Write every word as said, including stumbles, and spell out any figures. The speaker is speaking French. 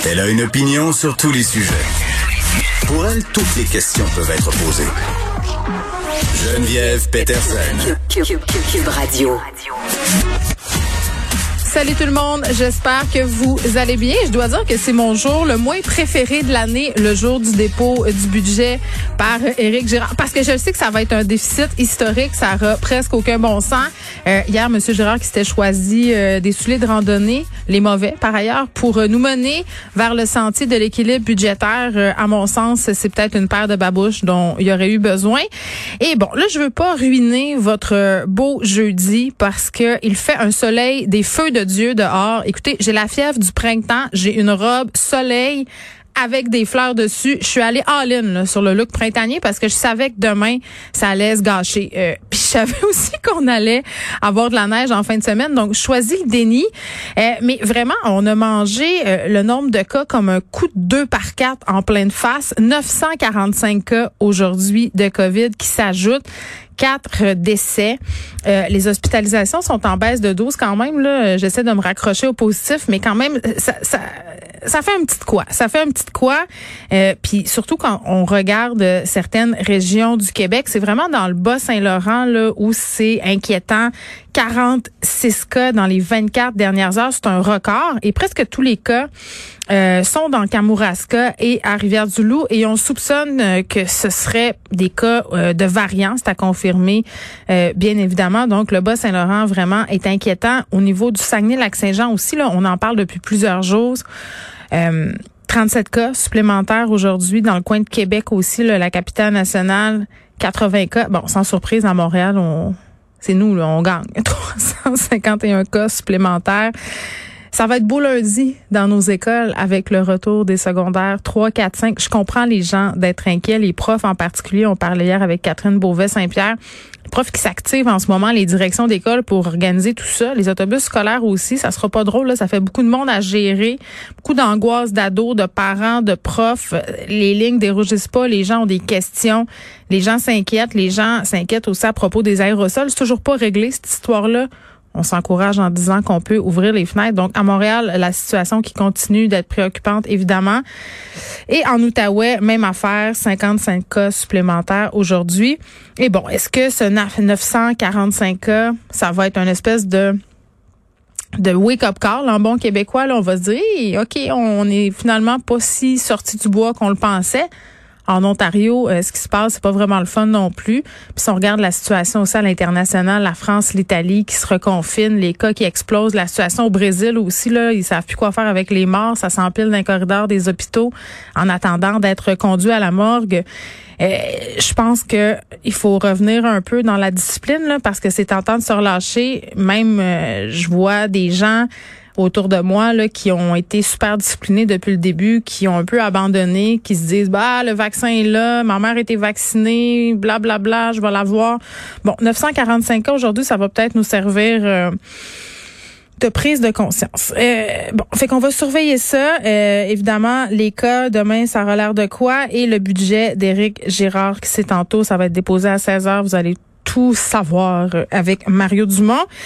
Elle a une opinion sur tous les sujets. Pour elle, toutes les questions peuvent être posées. Geneviève Peterson. Cube, Cube, Cube, Cube Radio. Salut tout le monde, j'espère que vous allez bien. Je dois dire que c'est mon jour le moins préféré de l'année, le jour du dépôt du budget par Éric Girard, parce que je sais que ça va être un déficit historique, ça aura presque aucun bon sens. Euh, hier, M. Girard qui s'était choisi euh, des souliers de randonnée, les mauvais par ailleurs, pour euh, nous mener vers le sentier de l'équilibre budgétaire. Euh, à mon sens, c'est peut-être une paire de babouches dont il y aurait eu besoin. Et bon, là, je veux pas ruiner votre beau jeudi parce que il fait un soleil des feux de Dieu dehors. Écoutez, j'ai la fièvre du printemps, j'ai une robe soleil avec des fleurs dessus. Je suis allée all-in là, sur le look printanier parce que je savais que demain, ça allait se gâcher. Euh, puis je savais aussi qu'on allait avoir de la neige en fin de semaine, donc je choisis le déni. Euh, mais vraiment, on a mangé euh, le nombre de cas comme un coup de deux par quatre en pleine face. neuf cent quarante-cinq cas aujourd'hui de COVID qui s'ajoutent. Quatre décès. Euh, les hospitalisations sont en baisse de douze quand même. Là, j'essaie de me raccrocher au positif, mais quand même, ça, ça, ça fait un petit quoi. Ça fait un petit quoi. Euh, Puis surtout quand on regarde certaines régions du Québec, c'est vraiment dans le Bas-Saint-Laurent là où c'est inquiétant. quarante-six cas dans les vingt-quatre dernières heures, c'est un record. Et presque tous les cas euh, sont dans Kamouraska et à Rivière-du-Loup. Et on soupçonne euh, que ce serait des cas euh, de variants. C'est à confirmer, euh, bien évidemment. Donc, le Bas-Saint-Laurent, vraiment, est inquiétant. Au niveau du Saguenay-Lac-Saint-Jean aussi, là, on en parle depuis plusieurs jours. Euh, trente-sept cas supplémentaires aujourd'hui dans le coin de Québec aussi, là, la capitale nationale, quatre-vingts cas. Bon, sans surprise, à Montréal, on... c'est nous, là, on gagne. trois cent cinquante et un cas supplémentaires. Ça va être beau lundi dans nos écoles avec le retour des secondaires trois, quatre, cinq. Je comprends les gens d'être inquiets, les profs en particulier. On parlait hier avec Catherine Beauvais-Saint-Pierre. Les profs qui s'activent en ce moment, les directions d'école pour organiser tout ça. Les autobus scolaires aussi, ça sera pas drôle. Là. Ça fait beaucoup de monde à gérer, beaucoup d'angoisse d'ados, de parents, de profs. Les lignes dérougissent pas, les gens ont des questions. Les gens s'inquiètent. Les gens s'inquiètent aussi à propos des aérosols. C'est toujours pas réglé, cette histoire-là. On s'encourage en disant qu'on peut ouvrir les fenêtres. Donc, à Montréal, la situation qui continue d'être préoccupante, évidemment. Et en Outaouais, même affaire, cinquante-cinq cas supplémentaires aujourd'hui. Et bon, est-ce que ce neuf cent quarante-cinq cas, ça va être une espèce de de wake-up call en bon québécois? Là, on va se dire, hey, OK, on est finalement pas si sorti du bois qu'on le pensait. En Ontario, euh, ce qui se passe, c'est pas vraiment le fun non plus. Puis si on regarde la situation aussi à l'international, la France, l'Italie qui se reconfinent, les cas qui explosent, la situation au Brésil aussi, là, ils savent plus quoi faire avec les morts, ça s'empile dans les corridors des hôpitaux en attendant d'être conduits à la morgue. Euh, je pense que il faut revenir un peu dans la discipline là, parce que c'est tentant de se relâcher. Même, euh, je vois des gens autour de moi là qui ont été super disciplinés depuis le début, qui ont un peu abandonné, qui se disent bah le vaccin est là, ma mère a été vaccinée, bla bla bla, je vais l'avoir. Bon, neuf cent quarante-cinq cas aujourd'hui, ça va peut-être nous servir euh, de prise de conscience. Euh, bon, fait qu'on va surveiller ça. Euh, évidemment, les cas, demain, ça aura l'air de quoi? Et le budget d'Éric Girard, qui c'est tantôt, ça va être déposé à seize heures. Vous allez tout savoir avec Mario Dumont.